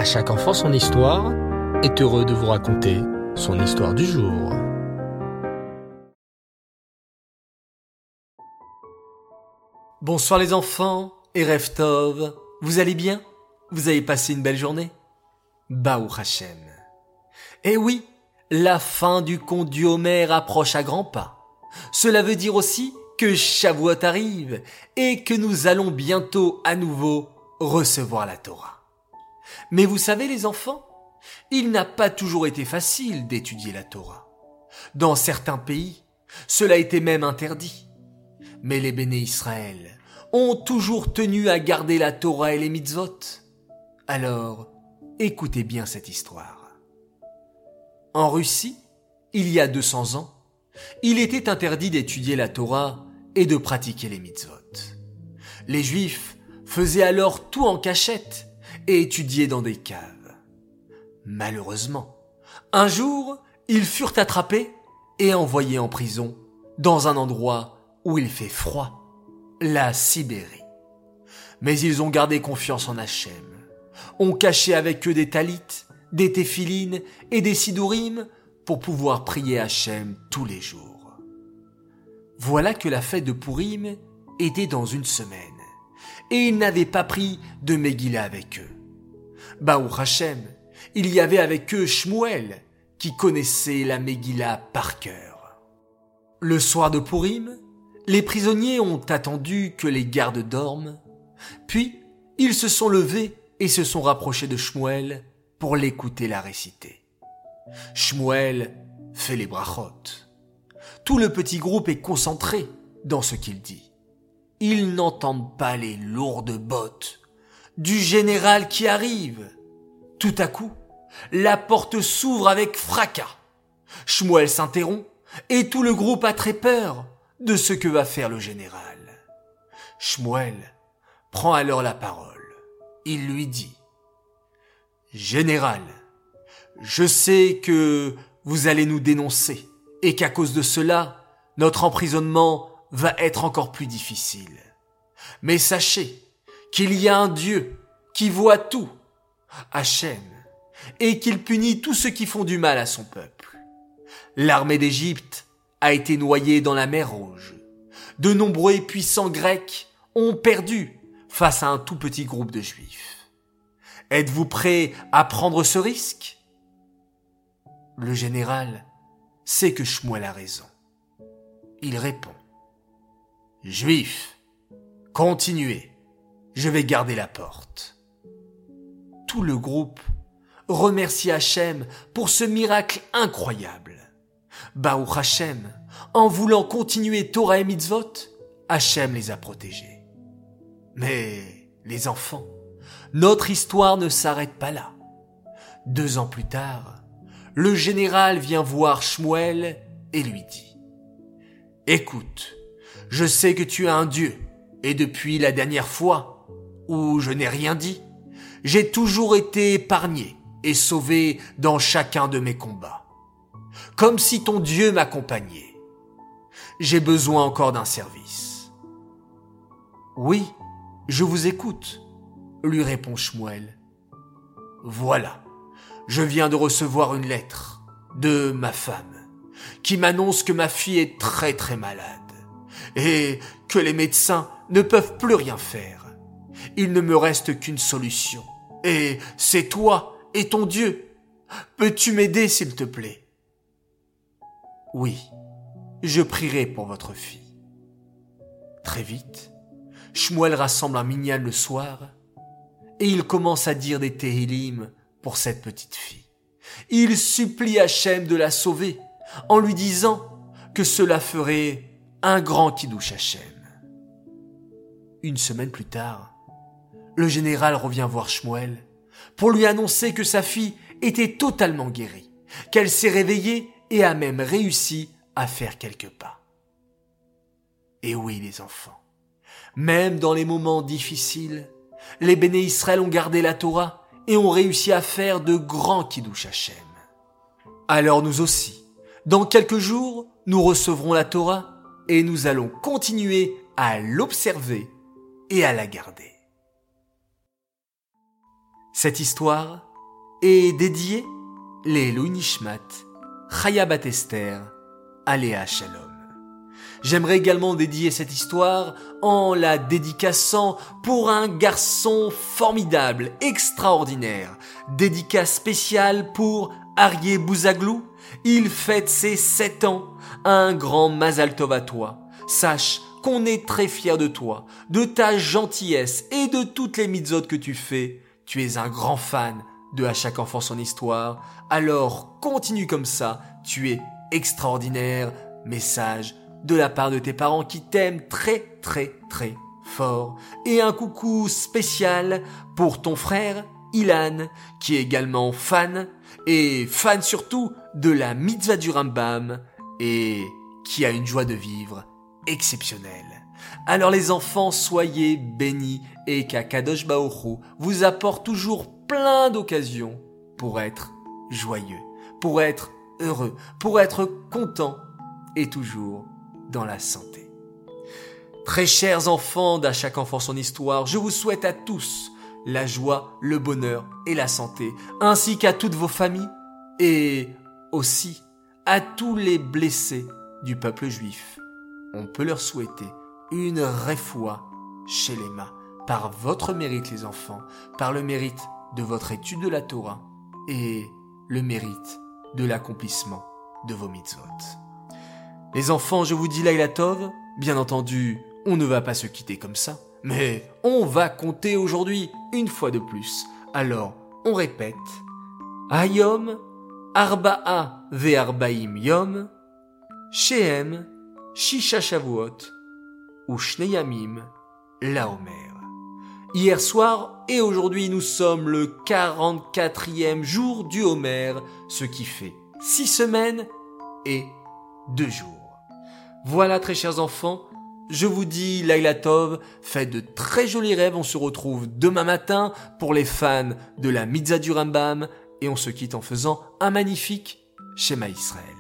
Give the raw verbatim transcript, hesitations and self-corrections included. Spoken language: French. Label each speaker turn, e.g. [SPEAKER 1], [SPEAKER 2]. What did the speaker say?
[SPEAKER 1] À chaque enfant son histoire est heureux de vous raconter son histoire du jour.
[SPEAKER 2] Bonsoir les enfants et Rev Tov, vous allez bien? Vous avez passé une belle journée? Baruch Hashem. Eh oui, la fin du conte du Homer approche à grands pas. Cela veut dire aussi que Shavuot arrive et que nous allons bientôt à nouveau recevoir la Torah. Mais vous savez les enfants, il n'a pas toujours été facile d'étudier la Torah. Dans certains pays, cela était même interdit. Mais les béné Israël ont toujours tenu à garder la Torah et les mitzvot. Alors, écoutez bien cette histoire. En Russie, il y a deux cents ans, il était interdit d'étudier la Torah et de pratiquer les mitzvot. Les Juifs faisaient alors tout en cachette et étudiaient dans des caves. Malheureusement, un jour, ils furent attrapés et envoyés en prison dans un endroit où il fait froid, la Sibérie. Mais ils ont gardé confiance en Hachem, ont caché avec eux des talit, des téphilines et des sidourim pour pouvoir prier Hachem tous les jours. Voilà que la fête de Pourim était dans une semaine et ils n'avaient pas pris de Megillah avec eux. Baruch Hachem, il y avait avec eux Shmuel qui connaissait la Megillah par cœur. Le soir de Pourim, les prisonniers ont attendu que les gardes dorment, puis ils se sont levés et se sont rapprochés de Shmuel pour l'écouter la réciter. Shmuel fait les brachot. Tout le petit groupe est concentré dans ce qu'il dit. Ils n'entendent pas les lourdes bottes du général qui arrive. Tout à coup, la porte s'ouvre avec fracas. Shmuel s'interrompt et tout le groupe a très peur de ce que va faire le général. Shmuel prend alors la parole. Il lui dit « Général, je sais que vous allez nous dénoncer et qu'à cause de cela, notre emprisonnement va être encore plus difficile. Mais sachez qu'il y a un Dieu qui voit tout, Hachem, et qu'il punit tous ceux qui font du mal à son peuple. L'armée d'Égypte a été noyée dans la mer Rouge. De nombreux et puissants Grecs ont perdu face à un tout petit groupe de Juifs. Êtes-vous prêts à prendre ce risque? Le général sait que Shmuel a raison. Il répond « Juifs, continuez, je vais garder la porte. » Tout le groupe remercie Hachem pour ce miracle incroyable. Baruch Hachem, en voulant continuer Torah et mitzvot, Hachem les a protégés. Mais, les enfants, notre histoire ne s'arrête pas là. Deux ans plus tard, le général vient voir Shmuel et lui dit « Écoute, je sais que tu as un Dieu, et depuis la dernière fois, où je n'ai rien dit, j'ai toujours été épargné et sauvé dans chacun de mes combats. Comme si ton Dieu m'accompagnait. J'ai besoin encore d'un service. »« Oui, je vous écoute, » lui répond Shmuel. « Voilà, je viens de recevoir une lettre de ma femme qui m'annonce que ma fille est très très malade et que les médecins ne peuvent plus rien faire. Il ne me reste qu'une solution et c'est toi et ton Dieu. Peux-tu m'aider s'il te plaît? » « Oui, je prierai pour votre fille. » Très vite, Shmuel rassemble un minyan le soir et il commence à dire des Tehillim pour cette petite fille. Il supplie Hachem de la sauver en lui disant que cela ferait un grand kiddush Hachem. Une semaine plus tard, le général revient voir Shmuel pour lui annoncer que sa fille était totalement guérie, qu'elle s'est réveillée et a même réussi à faire quelques pas. Et oui, les enfants, même dans les moments difficiles, les béné Israël ont gardé la Torah et ont réussi à faire de grands kiddush Hachem. Alors nous aussi, dans quelques jours, nous recevrons la Torah et nous allons continuer à l'observer et à la garder. Cette histoire est dédié les Louis Nishmat, Chaya Bat Esther, Aléa Shalom. J'aimerais également dédier cette histoire en la dédicaçant pour un garçon formidable, extraordinaire. Dédicace spéciale pour Aryeh Bouzaglou. Il fête ses sept ans. Un grand Mazal Tov à toi. Sache qu'on est très fiers de toi, de ta gentillesse et de toutes les mitzvot que tu fais. Tu es un grand fan de À chaque enfant son histoire. Alors continue comme ça. Tu es extraordinaire. Message de la part de tes parents qui t'aiment très très très fort. Et un coucou spécial pour ton frère Ilan, qui est également fan, et fan surtout de la mitzvah du Rambam, et qui a une joie de vivre exceptionnelle. Alors les enfants, soyez bénis, et qu'Akadosh Baruch Hu vous apporte toujours plein d'occasions pour être joyeux, pour être heureux, pour être content, et toujours dans la santé. Très chers enfants d'À chaque enfant son histoire, je vous souhaite à tous la joie, le bonheur et la santé, ainsi qu'à toutes vos familles et aussi à tous les blessés du peuple juif. On peut leur souhaiter une réfoua shelema par votre mérite les enfants, par le mérite de votre étude de la Torah et le mérite de l'accomplissement de vos mitzvot. Les enfants, je vous dis Laila Tov, bien entendu, on ne va pas se quitter comme ça, mais on va compter aujourd'hui une fois de plus. Alors, on répète, Hayom, Arba'a ve'arbaim yom, Shehem, Shisha Shavuot, ou Shneyamim, Laomer. Hier soir et aujourd'hui, nous sommes le quarante-quatrième jour du Homer, ce qui fait six semaines et deux jours. Voilà, très chers enfants, je vous dis Laila Tov, faites de très jolis rêves, on se retrouve demain matin pour les fans de la Mitzvah du Rambam et on se quitte en faisant un magnifique Shema Israël.